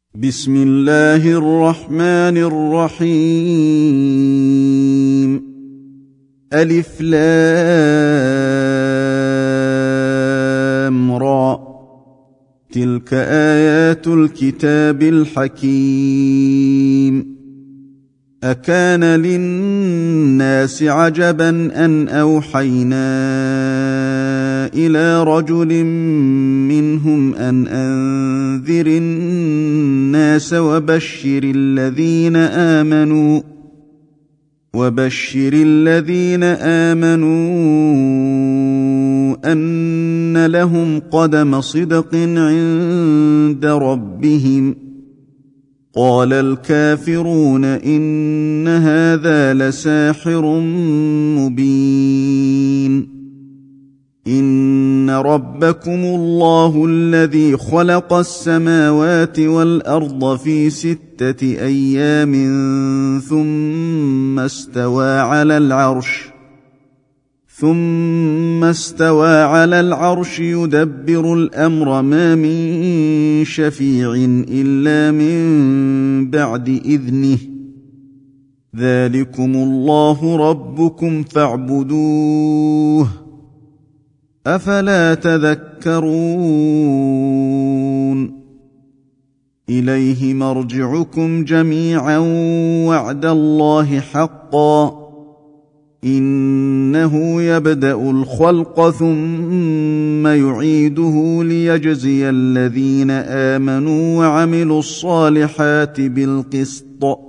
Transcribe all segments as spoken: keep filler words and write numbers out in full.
بسم الله الرحمن الرحيم. ألف لام را، تلك آيات الكتاب الحكيم. أكان للناس عجبا أن أوحينا إلى رجل منهم أن أنذر الناس وبشر الذين آمنوا وبشر الذين آمنوا أن لهم قدم صدق عند ربهم. قال الكافرون إن هذا لساحر مبين. إن ربكم الله الذي خلق السماوات والأرض في ستة أيام ثم استوى على العرش ثم استوى على العرش يدبر الأمر ما من شفيع إلا من بعد إذنه. ذلكم الله ربكم فاعبدوه، أفلا تذكرون. إليه مرجعكم جميعا وعد الله حقا، إنه يبدأ الخلق ثم يعيده ليجزي الذين آمنوا وعملوا الصالحات بالقسط،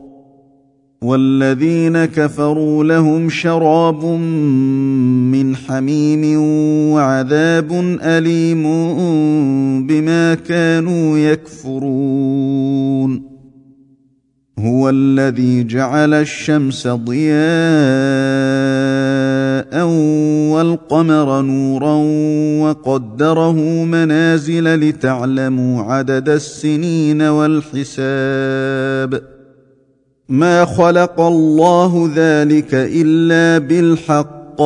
والذين كفروا لهم شراب من حميم وعذاب أليم بما كانوا يكفرون. هو الذي جعل الشمس ضياء والقمر نورا وقدره منازل لتعلموا عدد السنين والحساب. ما خلق الله ذلك إلا بالحق،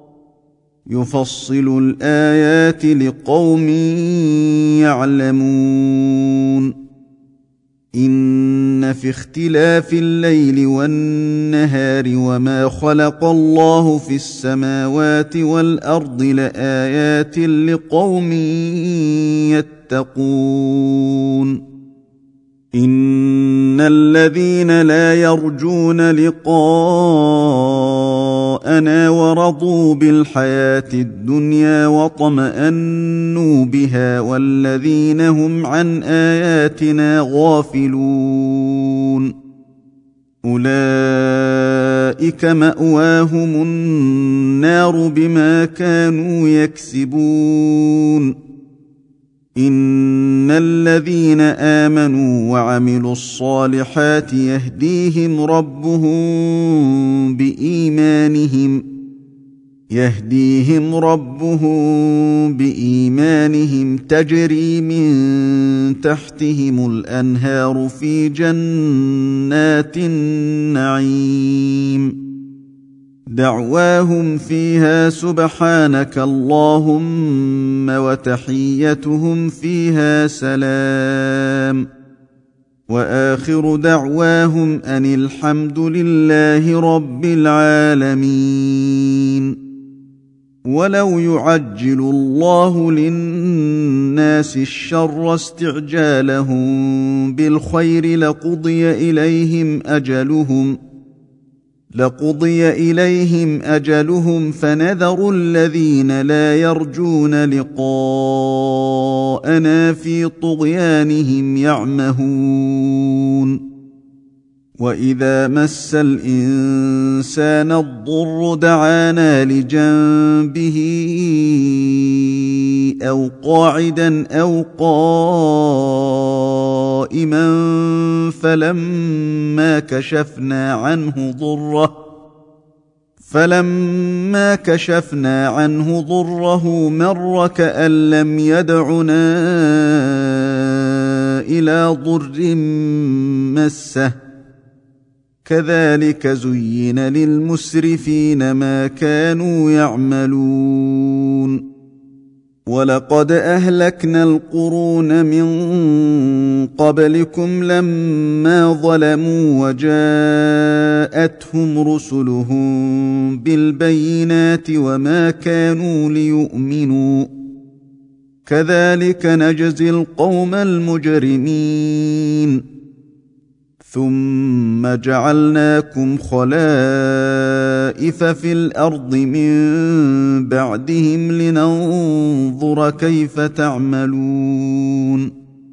يفصل الآيات لقوم يعلمون. إن في اختلاف الليل والنهار وما خلق الله في السماوات والأرض لآيات لقوم يتقون. إن الذين لا يرجون لقاءنا ورضوا بالحياة الدنيا واطمأنوا بها والذين هم عن آياتنا غافلون أولئك مأواهم النار بما كانوا يكسبون. إن الذين آمنوا وعملوا الصالحات يهديهم ربهم بإيمانهم يهديهم ربهم بإيمانهم تجري من تحتهم الأنهار في جنات النعيم. دعواهم فيها سبحانك اللهم وتحيتهم فيها سلام، وآخر دعواهم أن الحمد لله رب العالمين. ولو يعجل الله للناس الشر استعجالهم بالخير لقضي إليهم أجلهم لقضي إليهم أجلهم فنذر الذين لا يرجون لقاءنا في طغيانهم يعمهون. وإذا مس الإنسان الضر دعانا لجنبه أو قاعدا أو قائما فلما كشفنا عنه ضره فلما كشفنا عنه ضره مر كأن لم يدعنا إلى ضر مسه. كذلك زين للمسرفين ما كانوا يعملون. ولقد أهلكنا القرون من قبلكم لما ظلموا وجاءتهم رسلهم بالبينات وما كانوا ليؤمنوا كذلك نجزي القوم المجرمين ثم جعلناكم خلائف في الأرض من بعدهم لننظر كيف تعملون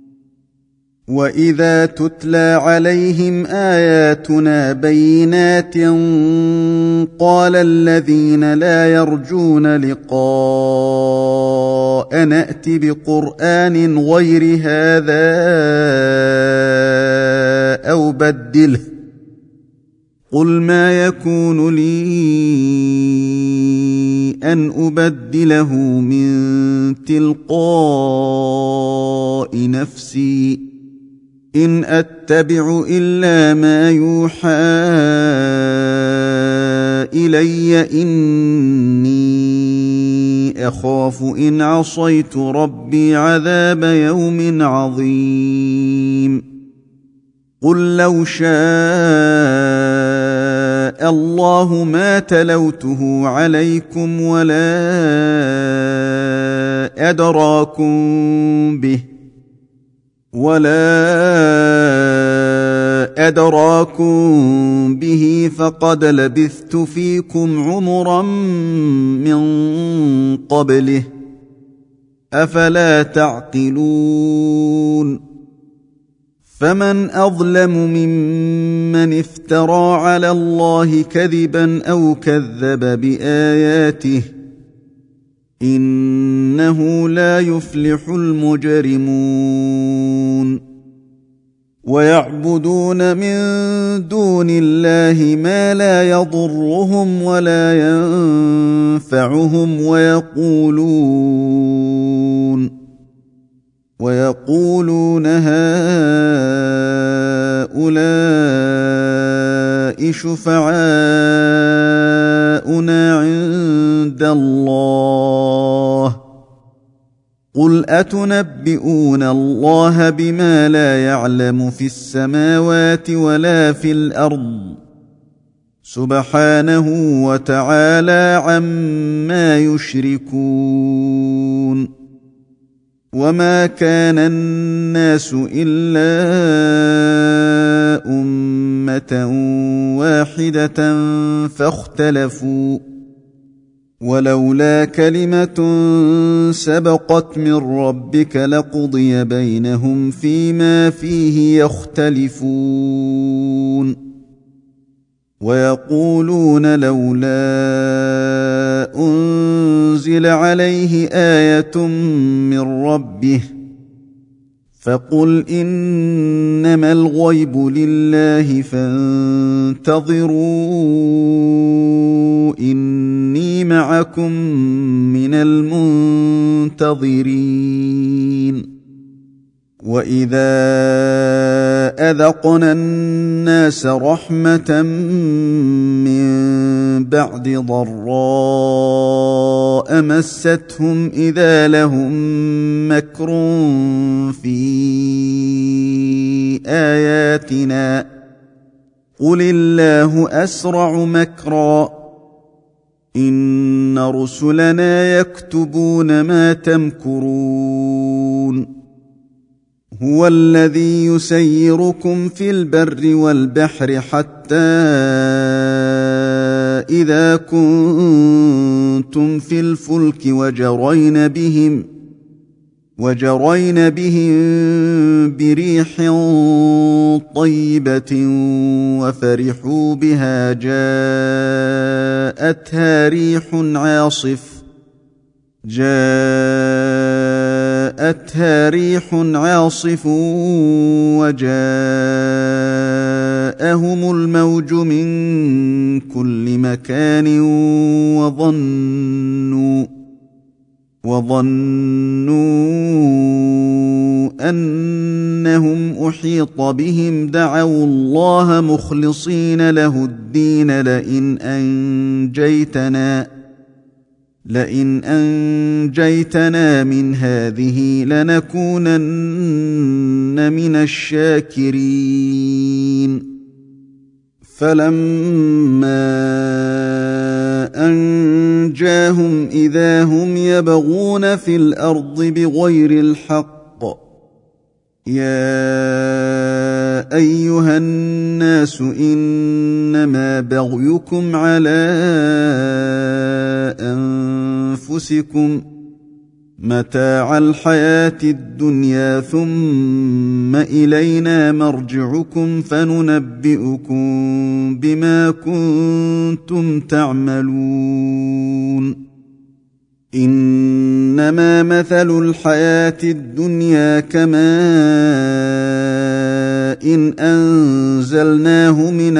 وإذا تتلى عليهم آياتنا بينات قال الذين لا يرجون لقاء نأت بقرآن غير هذا أو بدله قل ما يكون لي أن أبدله من تلقاء نفسي إن أتبع إلا ما يوحى إلي إني أخاف إن عصيت ربي عذاب يوم عظيم قل لو شاء الله ما تلوته عليكم ولا أدراكم به ولا أدراكم به فقد لبثت فيكم عمرا من قبله أفلا تعقلون فمن أظلم ممن افترى على الله كذبا أو كذب بآياته إنه لا يفلح المجرمون ويعبدون من دون الله ما لا يضرهم ولا ينفعهم ويقولون ويقولون هؤلاء شفعاؤنا عند الله قل أتنبئون الله بما لا يعلم في السماوات ولا في الأرض سبحانه وتعالى عما يشركون وما كان الناس إلا أمة واحدة فاختلفوا ولولا كلمة سبقت من ربك لقضي بينهم فيما فيه يختلفون ويقولون لولا أنزل عليه آية من ربه فقل إنما الغيب لله فانتظروا إني معكم من المنتظرين وإذا أذقنا الناس رحمة من بعد ضراء مستهم إذا لهم مكر في آياتنا قل الله أسرع مكرا إن رسلنا يكتبون ما تمكرون هو الذي يسيركم في البر والبحر حتى إذا كنتم في الفلك وجرين بهم وجرين بهم بريح طيبة وفرحوا بها جاءتها ريح عاصف جاءتها ريح عاصف وجاءهم الموج من كل مكان وظنوا وظنوا أنهم أحيط بهم دعوا الله مخلصين له الدين لئن أنجيتنا لئن أنجيتنا من هذه لنكونن من الشاكرين فلما أنجاهم إذا هم يبغون في الأرض بغير الحق يا أيها الناس إنما بغيكم على أنفسكم متاع الحياة الدنيا ثم إلينا مرجعكم فننبئكم بما كنتم تعملون إنما مثل الحياة الدنيا كماء إن أنزلناه من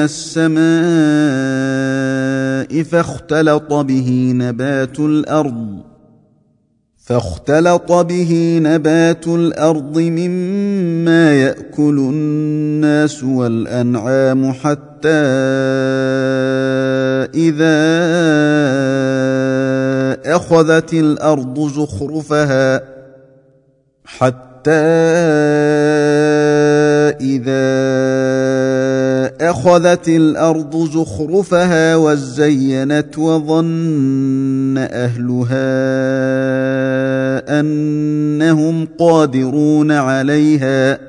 السماء فاختلط به نبات الأرض فاختلط به نبات الأرض مما يأكل الناس والأنعام حتى إذا أخذت الأرض زخرفها حتى إذا أخذت الأرض زخرفها وزينت وظن أهلها أنهم قادرون عليها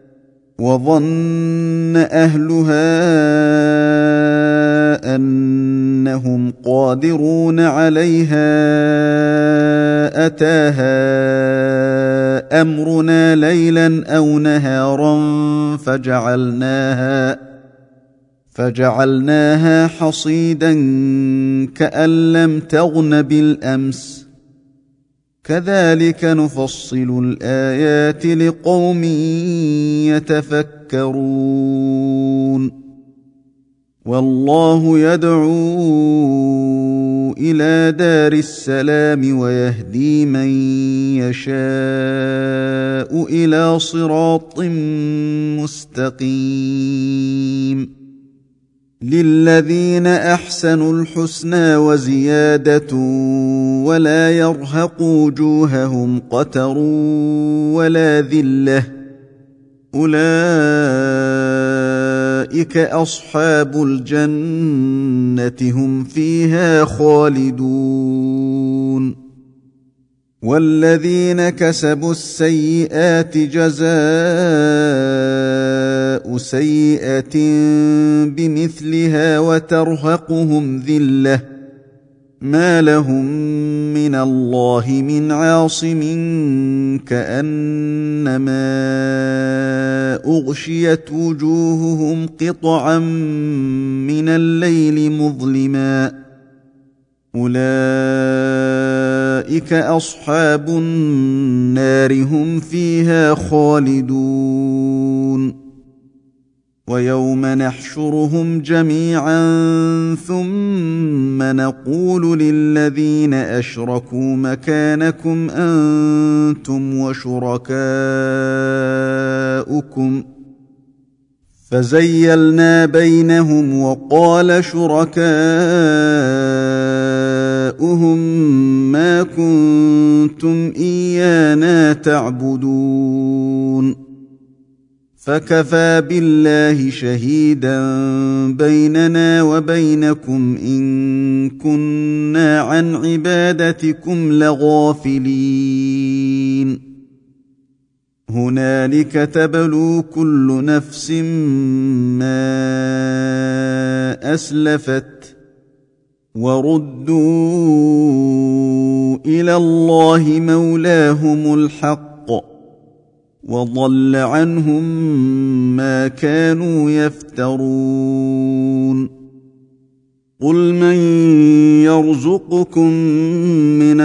وظن أهلها أنهم قادرون عليها أتاها أمرنا ليلا أو نهارا فجعلناها فجعلناها حصيدا كأن لم تغن بالأمس كذلك نفصل الآيات لقوم يتفكرون والله يدعو إلى دار السلام ويهدي من يشاء إلى صراط مستقيم للذين أحسنوا الحسنى وزيادة ولا يرهق وجوههم قتر ولا ذلة أولئك أصحاب الجنة هم فيها خالدون والذين كسبوا السيئات جزاء سيئة بمثلها وترهقهم ذلة ما لهم من الله من عاصم كأنما أغشيت وجوههم قطعا من الليل مظلما أولئك أصحاب النار هم فيها خالدون ويوم نحشرهم جميعا ثم نقول للذين أشركوا مكانكم أنتم وشركاؤكم فزيلنا بينهم وقال شركاؤهم ما كنتم إيانا تعبدون فكفى بالله شهيدا بيننا وبينكم إن كنا عن عبادتكم لغافلين هنالك تبلو كل نفس ما أسلفت وردوا إلى الله مولاهم الحق وضل عنهم ما كانوا يفترون قل من يرزقكم من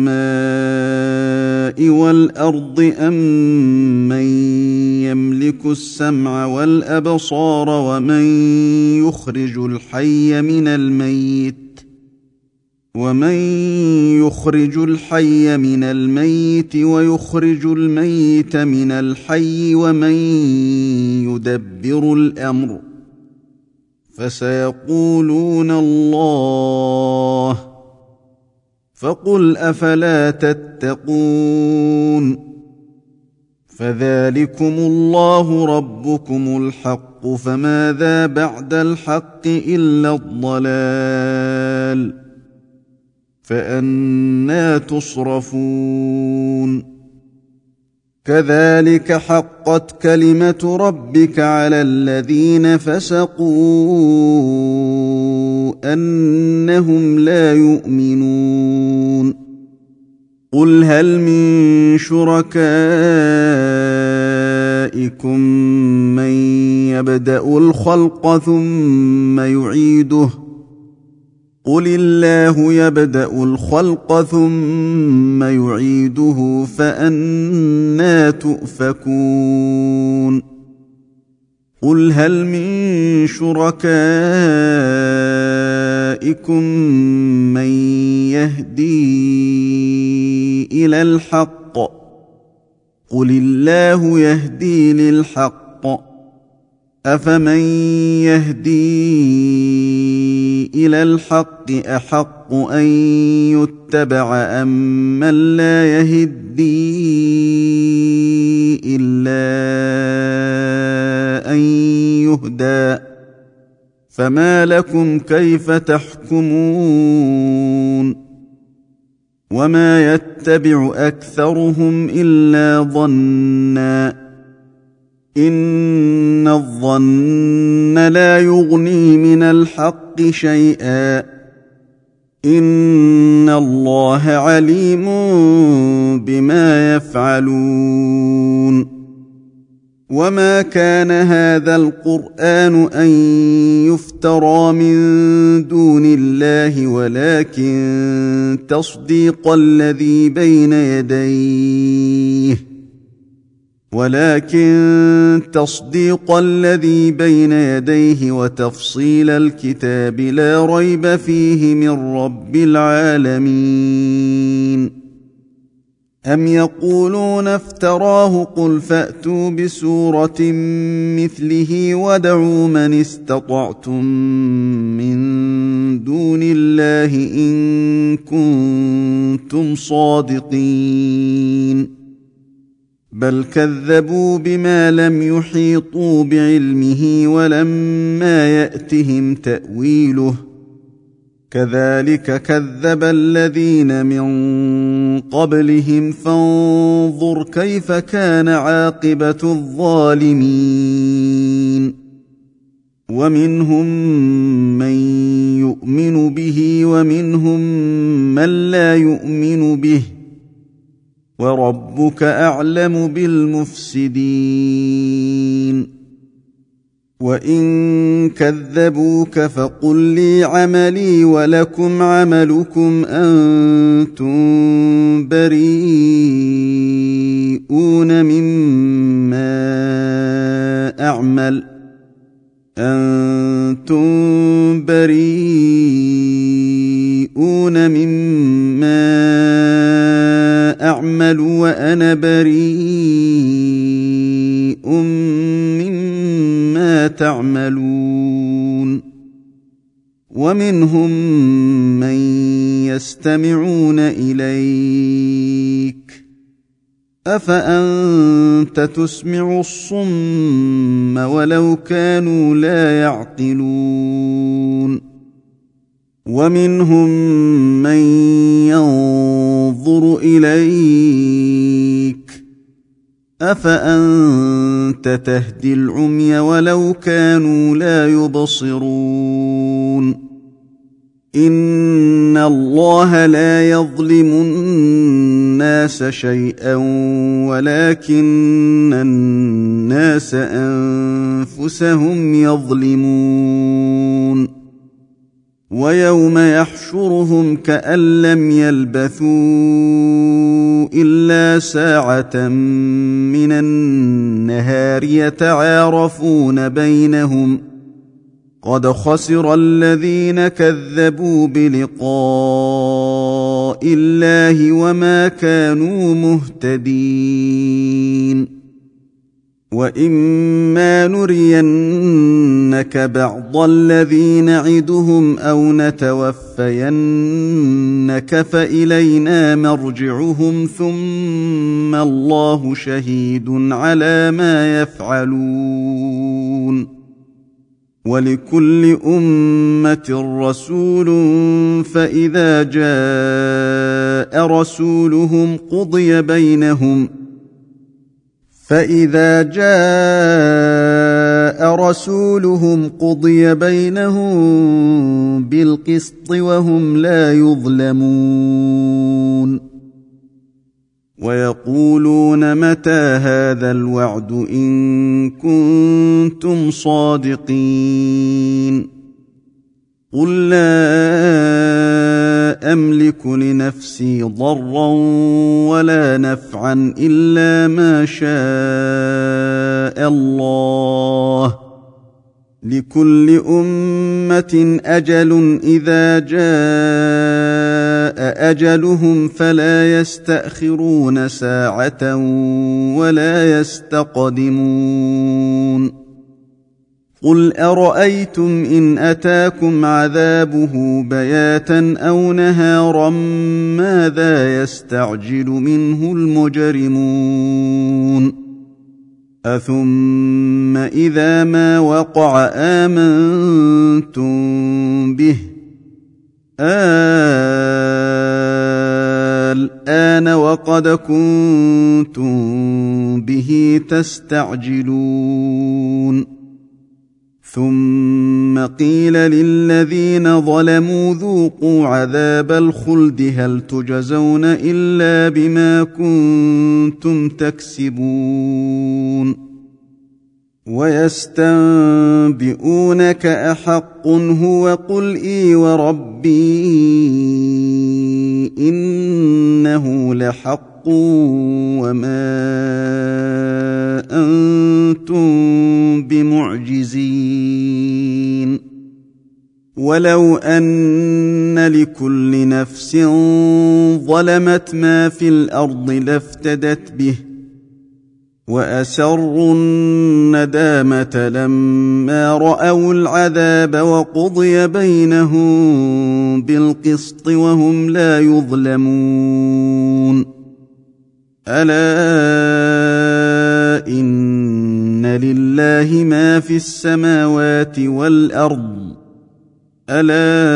السماء والأرض أم من يملك السمع والأبصار ومن يخرج الحي من الميت ومن يخرج الحي من الميت ويخرج الميت من الحي ومن يدبر الأمر فسيقولون الله فقل أفلا تتقون فذلكم الله ربكم الحق فماذا بعد الحق إلا الضلال فأنى تصرفون كذلك حقت كلمة ربك على الذين فسقوا أنهم لا يؤمنون قل هل من شركائكم من يبدأ الخلق ثم يعيده قل الله يبدأ الخلق ثم يعيده فأنى تؤفكون قل هل من شركائكم من يهدي إلى الحق قل الله يهدي للحق أفمن يهدي إلى الحق أحق أن يتبع أم من لا يهدي إلا أن يهدى فما لكم كيف تحكمون وما يتبع أكثرهم إلا ظنًّا إن الظن لا يغني من الحق شيئا إن الله عليم بما يفعلون وما كان هذا القرآن أن يفترى من دون الله ولكن تصديق الذي بين يديه ولكن تصديق الذي بين يديه وتفصيل الكتاب لا ريب فيه من رب العالمين أم يقولون افتراه قل فأتوا بسورة مثله وادعوا من استطعتم من دون الله إن كنتم صادقين بل كذبوا بما لم يحيطوا بعلمه ولما يأتهم تأويله كذلك كذب الذين من قبلهم فانظر كيف كان عاقبة الظالمين ومنهم من يؤمن به ومنهم من لا يؤمن به وربك أعلم بالمفسدين وإن كذبوك فقل لي عملي ولكم عملكم أنتم بريئون مما أعمل أنتم بريئون مما أعمل وأنا بريء مما تعملون ومنهم من يستمعون إليك أفأنت تسمع الصم ولو كانوا لا يعقلون ومنهم من ينظر إليك أفأنت تهدي العمي ولو كانوا لا يبصرون إن الله لا يظلم الناس شيئا ولكن الناس أنفسهم يظلمون ويوم يحشرهم كأن لم يلبثوا إلا ساعة من النهار يتعارفون بينهم قد خسر الذين كذبوا بلقاء الله وما كانوا مهتدين وإما نرينك بعض الذي نعدهم أو نتوفينك فإلينا مرجعهم ثم الله شهيد على ما يفعلون ولكل أمة رسول فإذا جاء رسولهم قضي بينهم فإذا جاء رسولهم قضي بينهم بالقسط وهم لا يظلمون ويقولون متى هذا الوعد إن كنتم صادقين قل لا أملك لنفسي ضرا ولا نفعا إلا ما شاء الله لكل أمة أجل إذا جاء أجلهم فلا يستأخرون ساعة ولا يستقدمون قل أرأيتم إن أتاكم عذابه بياتا أو نهارا ماذا يستعجل منه المجرمون أثم إذا ما وقع آمنتم به الآن وقد كنتم به تستعجلون ثم قيل للذين ظلموا ذوقوا عذاب الخلد هل تجزون إلا بما كنتم تكسبون ويستنبئونك أحق هو قل إي وربي إنه لحق وما أنتم بمعجزين ولو أن لكل نفس ظلمت ما في الأرض لافتدت به وأسروا الندامة لما رأوا العذاب وقضي بينهم بالقسط وهم لا يظلمون ألا إن لله ما في السماوات والأرض ألا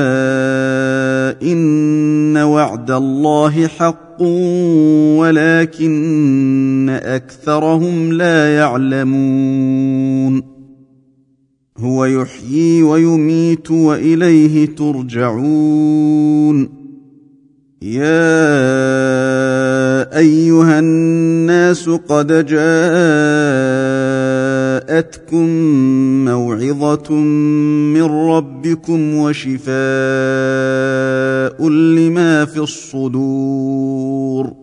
إن وعد الله حق ولكن أكثرهم لا يعلمون هو يحيي ويميت وإليه ترجعون يا أيها الناس قد جاءتكم موعظة من ربكم وشفاء لما في الصدور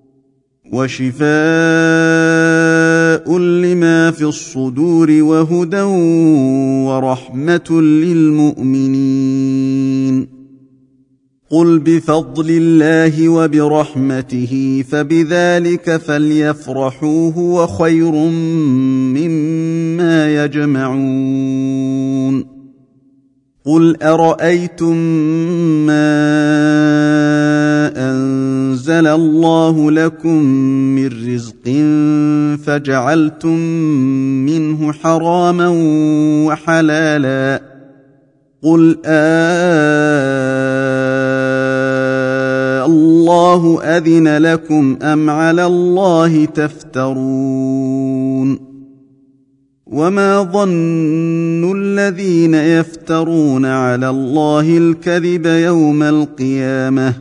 وشفاء لما في الصدور وهدى ورحمة للمؤمنين قل بفضل الله وبرحمته فبذلك فليفرحوا هو خير مما يجمعون قل أرأيتم ما أنزل الله لكم من رزق فجعلتم منه حراما وحلالا قل آه الله أذن لكم أم على الله تفترون وما ظن الذين يفترون على الله الكذب يوم القيامة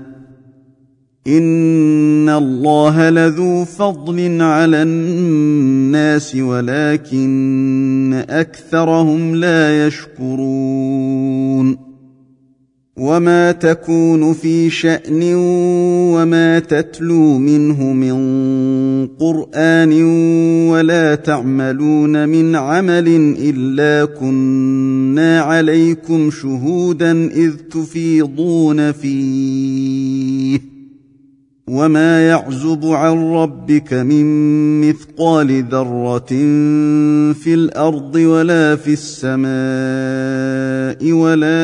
إن الله لذو فضل على الناس ولكن أكثرهم لا يشكرون وما تكون في شأن وما تتلو منه من قرآن ولا تعملون من عمل إلا كنا عليكم شهودا إذ تفيضون فيه وما يعزب عن ربك من مثقال ذرة في الأرض ولا في السماء ولا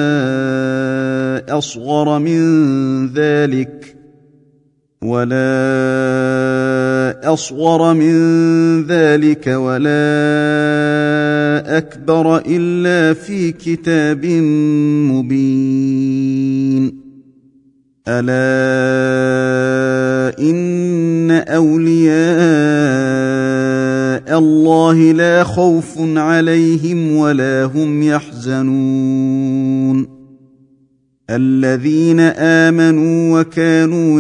أصغر من ذلك ولا أصغر من ذلك ولا أكبر إلا في كتاب مبين. ألا إن أولياء الله لا خوف عليهم ولا هم يحزنون الذين آمنوا وكانوا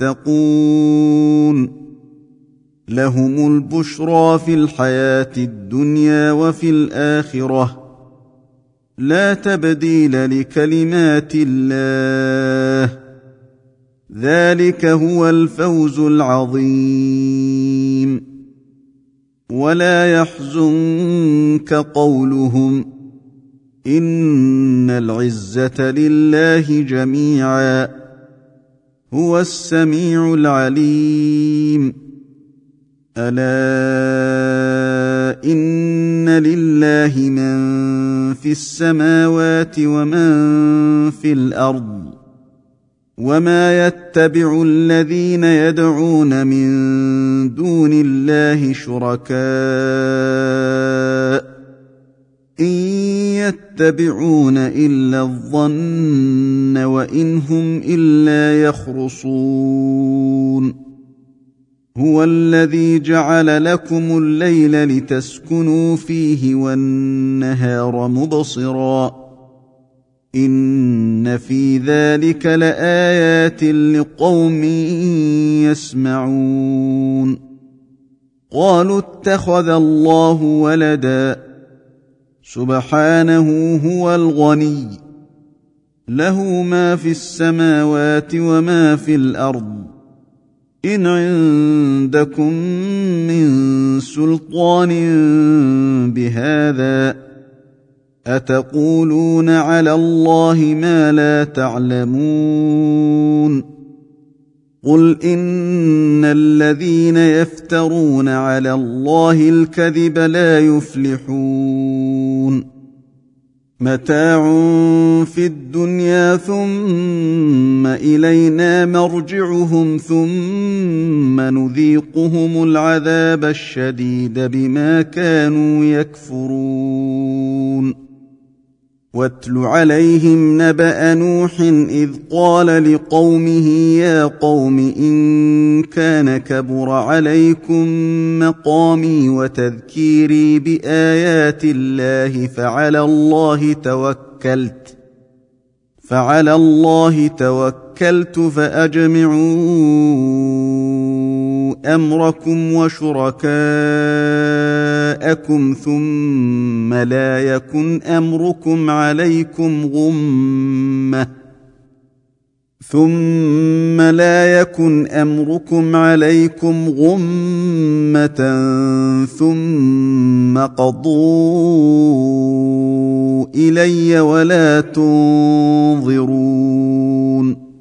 يتقون لهم البشرى في الحياة الدنيا وفي الآخرة لا تبديل لكلمات الله ذلك هو الفوز العظيم. ولا يحزنك قولهم إن العزة لله جميعا هو السميع العليم. ألا إن لله من في السماوات ومن في الأرض وما يتبع الذين يدعون من دون الله شركاء إن يتبعون إلا الظن وإن هم إلا يخرصون. هو الذي جعل لكم الليل لتسكنوا فيه والنهار مبصرا إن في ذلك لآيات لقوم يسمعون. قالوا اتخذ الله ولدا سبحانه هو الغني له ما في السماوات وما في الأرض إن عندكم من سلطان بهذا أتقولون على الله ما لا تعلمون. قل إن الذين يفترون على الله الكذب لا يفلحون. متاع في الدنيا ثم إلينا مرجعهم ثم نذيقهم العذاب الشديد بما كانوا يكفرون. واتل عليهم نبأ نوح إذ قال لقومه يا قوم إن كان كبر عليكم مقامي وتذكيري بآيات الله فعلى الله توكلت فعلى الله توكلت فأجمعوا أمركم وشركاءكم ثم لا يكن أمركم عليكم غمة ثم لا يكن أمركم عليكم غمة ثم قضوا إلي ولا تنظرون.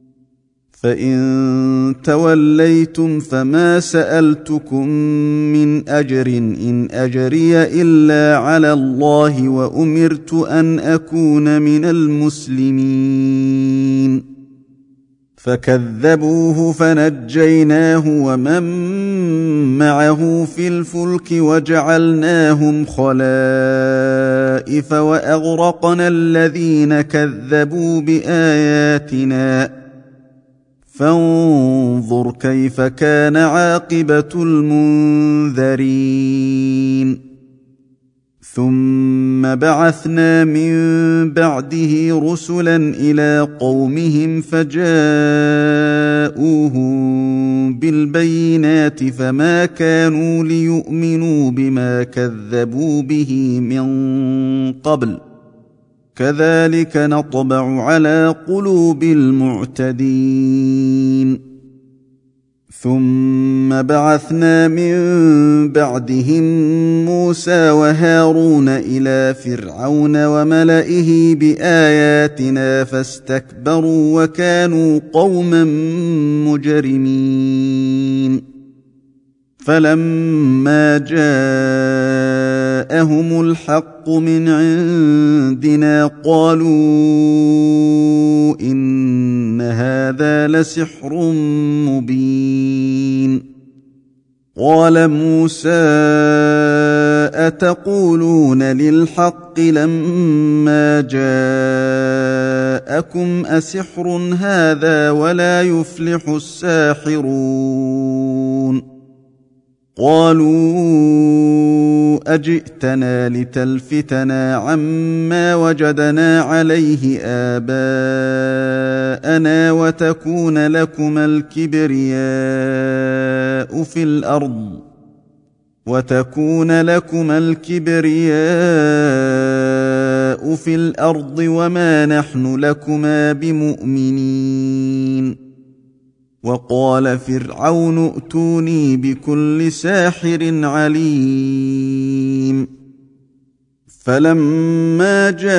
فإن توليتم فما سألتكم من أجر إن أجري إلا على الله وأمرت أن أكون من المسلمين. فكذبوه فنجيناه ومن معه في الفلك وجعلناهم خلائف وأغرقنا الذين كذبوا بآياتنا فانظر كيف كان عاقبة المنذرين. ثم بعثنا من بعده رسلا إلى قومهم فجاءوهم بالبينات فما كانوا ليؤمنوا بما كذبوا به من قبل كذلك نطبع على قلوب المعتدين. ثم بعثنا من بعدهم موسى وهارون إلى فرعون وملئه بآياتنا فاستكبروا وكانوا قوما مجرمين فلما جاءهم الحق من عندنا قالوا إن هذا لسحر مبين قال موسى أتقولون للحق لما جاءكم أسحر هذا ولا يفلح الساحرون قالوا أجئتنا لتلفتنا عما وجدنا عليه آباءنا وتكون لكما الكبرياء في الأرض وتكون لكما الكبرياء في الأرض وما نحن لكما بمؤمنين وقال فرعون ائتوني بكل ساحر عليم فلما جاء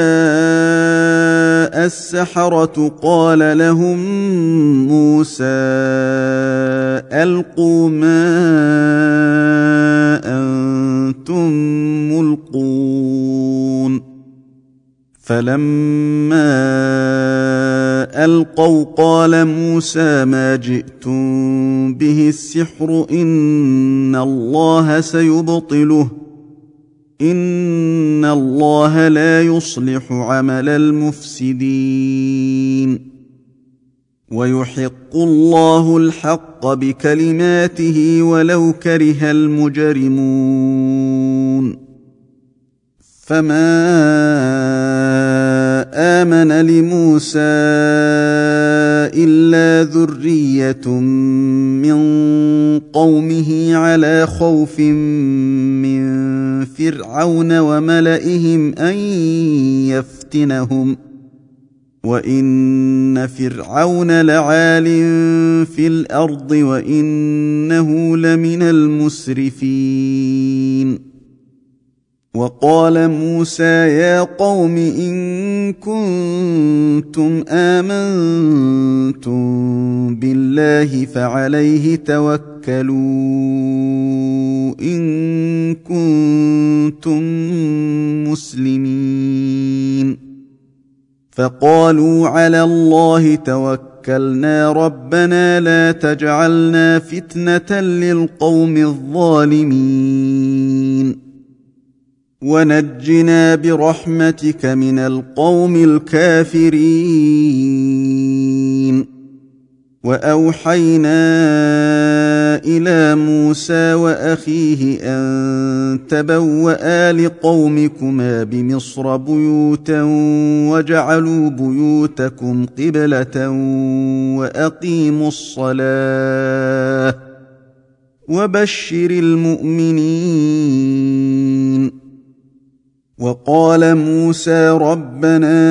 السحرة قال لهم موسى ألقوا ما أنتم ملقون فلما ألقوا قال موسى ما جئتم به السحر إن الله سيبطله إن الله لا يصلح عمل المفسدين ويحق الله الحق بكلماته ولو كره المجرمون فما آمن لموسى إلا ذرية من قومه على خوف من فرعون وملئهم أن يفتنهم وإن فرعون لعال في الأرض وإنه لمن المسرفين وقال موسى يا قوم إن كنتم آمنتم بالله فعليه توكلوا إن كنتم مسلمين فقالوا على الله توكلنا ربنا لا تجعلنا فتنة للقوم الظالمين ونجنا برحمتك من القوم الكافرين وأوحينا إلى موسى وأخيه أن تبوأ لقومكما بمصر بيوتا وجعلوا بيوتكم قبلة وأقيموا الصلاة وبشر المؤمنين وقال موسى ربنا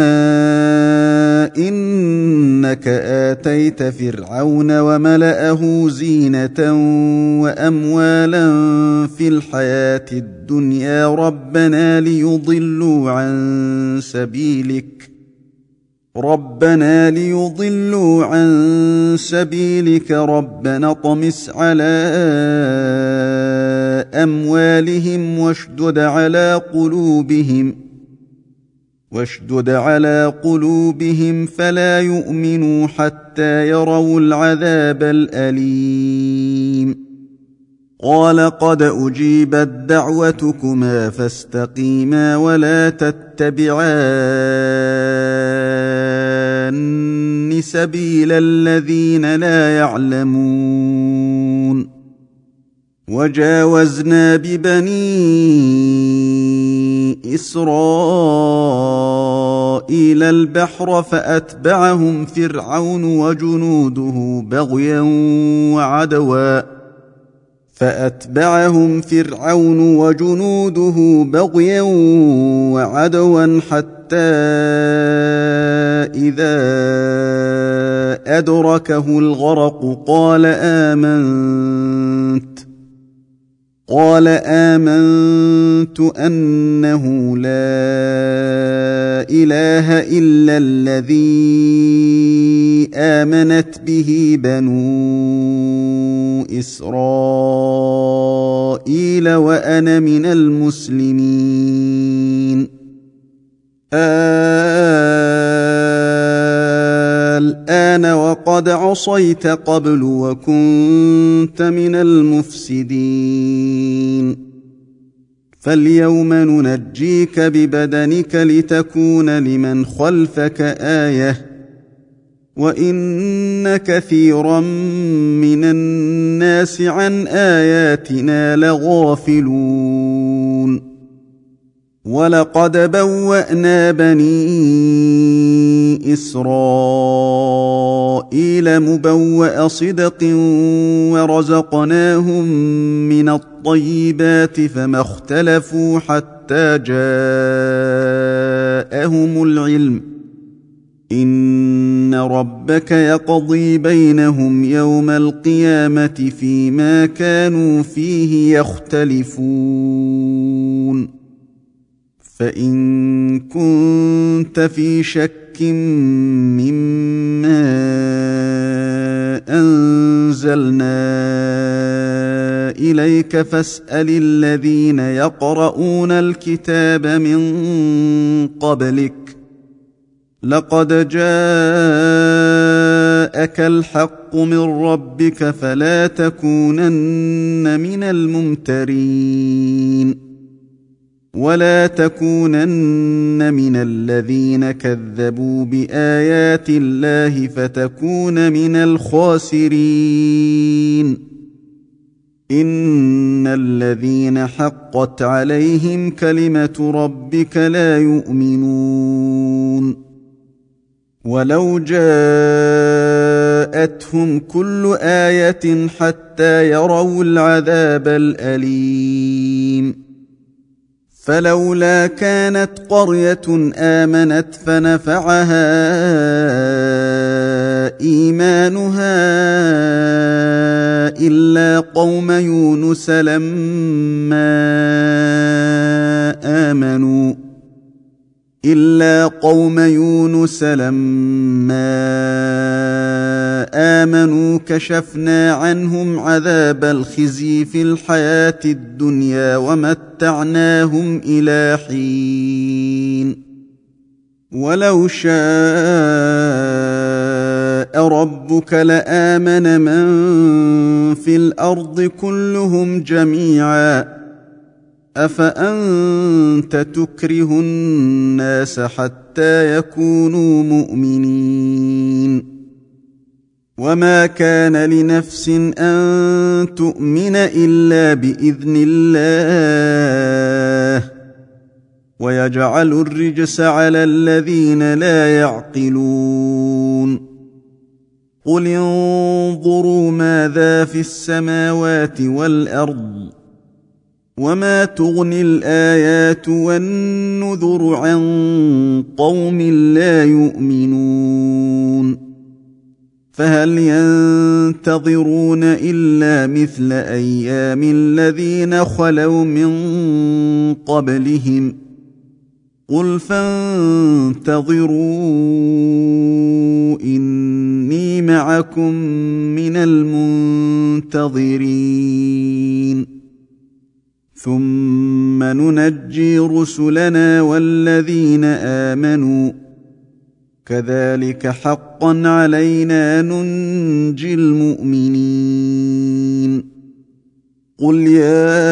إنك آتيت فرعون وملأه زينة وأموالا في الحياة الدنيا ربنا ليضلوا عن سبيلك ربنا ليضلوا عن سبيلك ربنا اطمس على أموالهم واشدد على قلوبهم واشدد على قلوبهم فلا يؤمنوا حتى يروا العذاب الأليم قال قد أجيبت دعوتكما فاستقيما ولا تتبعان سبيل الذين لا يعلمون وجاوزنا ببني إسرائيل البحر فأتبعهم فرعون وجنوده بغيا وعدوا فأتبعهم فرعون وجنوده بغيا وعدوا حتى إذا أدركه الغرق قال آمنت قال آمنت أنه لا إله إلا الذي آمنت به بنو إسرائيل وأنا من المسلمين. الآن وقد عصيت قبل وكنت من المفسدين، فاليوم ننجيك ببدنك لتكون لمن خلفك آية، وإن كثيرا من الناس عن آياتنا لغافلون. ولقد بوأنا بني إسرائيل مبوأ صدق ورزقناهم من الطيبات فما اختلفوا حتى جاءهم العلم، إن ربك يقضي بينهم يوم القيامة فيما كانوا فيه يختلفون. فإن كنت في شك مما أنزلنا إليك فاسأل الذين يقرؤون الكتاب من قبلك، لقد جاءك الحق من ربك فلا تكونن من الممترين، ولا تكونن من الذين كذبوا بآيات الله فتكون من الخاسرين. إن الذين حقت عليهم كلمة ربك لا يؤمنون، ولو جاءتهم كل آية حتى يروا العذاب الأليم. فلولا كانت قرية آمنت فنفعها إيمانها إلا قوم يونس لما آمنوا إلا قوم يونس لما آمنوا كشفنا عنهم عذاب الخزي في الحياة الدنيا ومتعناهم إلى حين. ولو شاء ربك لآمن من في الأرض كلهم جميعا، أفأنت تكره الناس حتى يكونوا مؤمنين؟ وما كان لنفس أن تؤمن إلا بإذن الله، ويجعل الرجس على الذين لا يعقلون. قل انظروا ماذا في السماوات والأرض، وما تغني الآيات والنذر عن قوم لا يؤمنون. فهل ينتظرون إلا مثل أيام الذين خلوا من قبلهم؟ قل فانتظروا إني معكم من المنتظرين. ثم ننجي رسلنا والذين آمنوا، كذلك حقا علينا ننجي المؤمنين. قل يا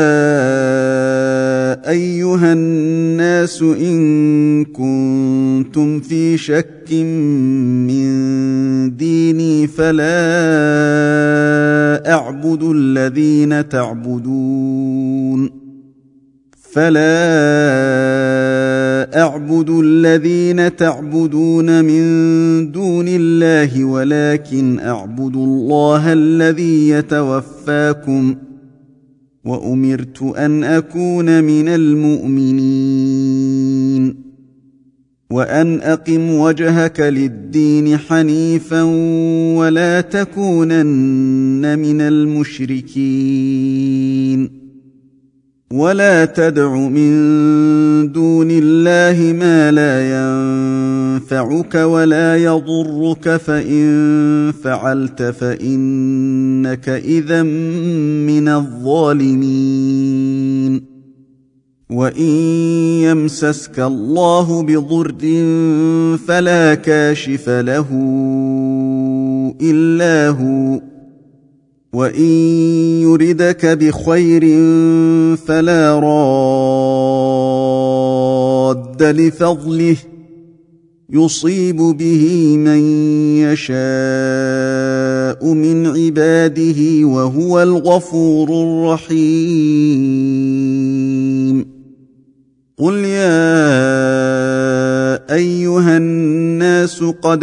أيها الناس إن كنتم في شك من ديني فلا أعبد الذين تعبدون فلا أعبد الذين تعبدون من دون الله، ولكن أعبد الله الذي يتوفاكم، وأمرت أن أكون من المؤمنين. وأن أقم وجهك للدين حنيفا ولا تكونن من المشركين ولا تدع من دون الله ما لا ينفعك ولا يضرك فإن فعلت فإنك إذا من الظالمين وإن يمسسك الله بضر فلا كاشف له إلا هو وإن يردك بخير فلا راد لفضله يصيب به من يشاء من عباده وهو الغفور الرحيم قل يا أيها الناس قد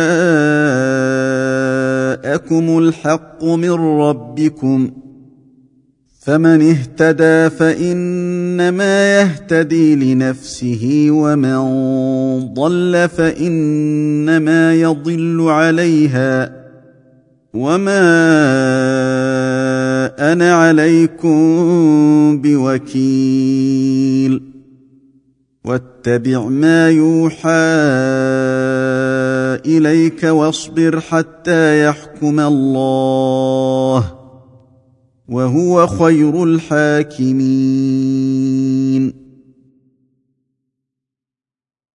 جاءكم الحق من ربكم فمن اهتدى فإنما يهتدي لنفسه ومن ضل فإنما يضل عليها وما أنا عليكم بوكيل واتبع ما يوحى إليك واصبر حتى يحكم الله وهو خير الحاكمين